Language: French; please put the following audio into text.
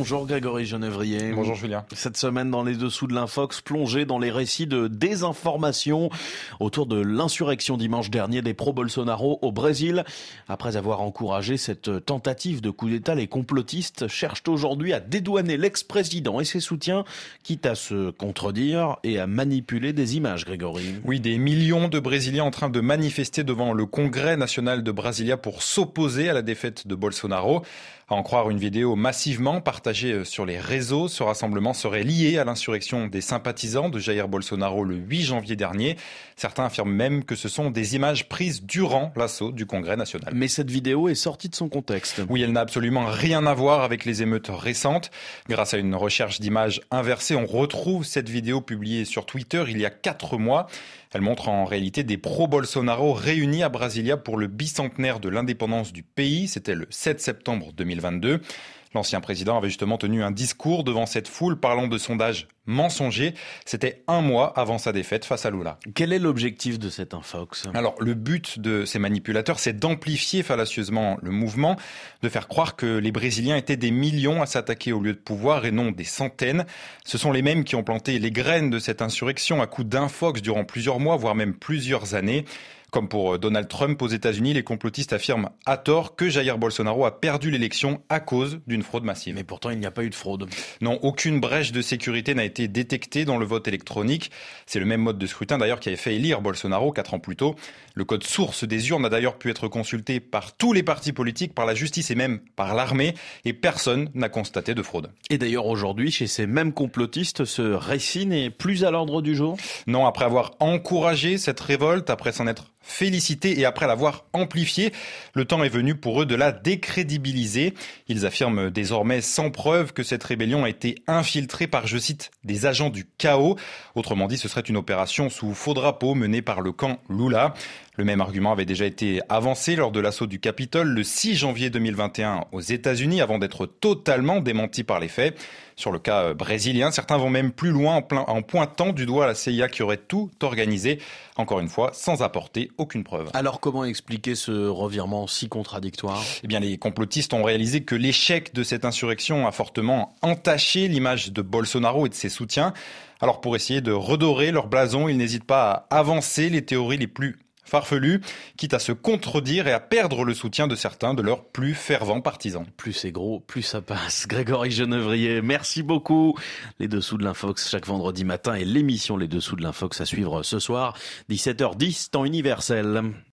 Bonjour Grégory Genevrier. Bonjour Julien. Cette semaine dans les dessous de l'Infox, plongé dans les récits de désinformation autour de l'insurrection dimanche dernier des pro-Bolsonaro au Brésil. Après avoir encouragé cette tentative de coup d'État, les complotistes cherchent aujourd'hui à dédouaner l'ex-président et ses soutiens, quitte à se contredire et à manipuler des images, Grégory. Oui, des millions de Brésiliens en train de manifester devant le Congrès national de Brasilia pour s'opposer à la défaite de Bolsonaro. À en croire une vidéo massivement partagée sur les réseaux, ce rassemblement serait lié à l'insurrection des sympathisants de Jair Bolsonaro le 8 janvier dernier. Certains affirment même que ce sont des images prises durant l'assaut du Congrès national. Mais cette vidéo est sortie de son contexte. Oui, elle n'a absolument rien à voir avec les émeutes récentes. Grâce à une recherche d'images inversée, on retrouve cette vidéo publiée sur Twitter il y a 4 mois. Elle montre en réalité des pro-Bolsonaro réunis à Brasilia pour le bicentenaire de l'indépendance du pays. C'était le 7 septembre 2022. L'ancien président avait justement tenu un discours devant cette foule parlant de sondages mensongers. C'était 1 mois avant sa défaite face à Lula. Quel est l'objectif de cet Infox ? Alors, le but de ces manipulateurs, c'est d'amplifier fallacieusement le mouvement, de faire croire que les Brésiliens étaient des millions à s'attaquer au lieu de pouvoir et non des centaines. Ce sont les mêmes qui ont planté les graines de cette insurrection à coups d'Infox durant plusieurs mois, voire même plusieurs années. Comme pour Donald Trump aux États-Unis, les complotistes affirment à tort que Jair Bolsonaro a perdu l'élection à cause d'une fraude massive. Mais pourtant, il n'y a pas eu de fraude. Non, aucune brèche de sécurité n'a été détectée dans le vote électronique. C'est le même mode de scrutin d'ailleurs qui avait fait élire Bolsonaro 4 ans plus tôt. Le code source des urnes a d'ailleurs pu être consulté par tous les partis politiques, par la justice et même par l'armée. Et personne n'a constaté de fraude. Et d'ailleurs, aujourd'hui, chez ces mêmes complotistes, ce récit n'est plus à l'ordre du jour ? Non, après avoir encouragé cette révolte, après s'en être félicité et après l'avoir amplifiée, le temps est venu pour eux de la décrédibiliser. Ils affirment désormais sans preuve que cette rébellion a été infiltrée par, je cite, des agents du chaos. Autrement dit, ce serait une opération sous faux drapeau menée par le camp Lula. Le même argument avait déjà été avancé lors de l'assaut du Capitole le 6 janvier 2021 aux États-Unis avant d'être totalement démenti par les faits. Sur le cas brésilien, certains vont même plus loin en pointant du doigt la CIA qui aurait tout organisé, encore une fois, sans apporter aucune preuve. Alors comment expliquer ce revirement si contradictoire ? Eh bien, les complotistes ont réalisé que l'échec de cette insurrection a fortement entaché l'image de Bolsonaro et de ses soutiens. Alors pour essayer de redorer leur blason, ils n'hésitent pas à avancer les théories les plus farfelu, quitte à se contredire et à perdre le soutien de certains de leurs plus fervents partisans. Plus c'est gros, plus ça passe. Grégory Genevrier, merci beaucoup. Les Dessous de l'Infox chaque vendredi matin et l'émission Les Dessous de l'Infox à suivre ce soir, 17h10, temps universel.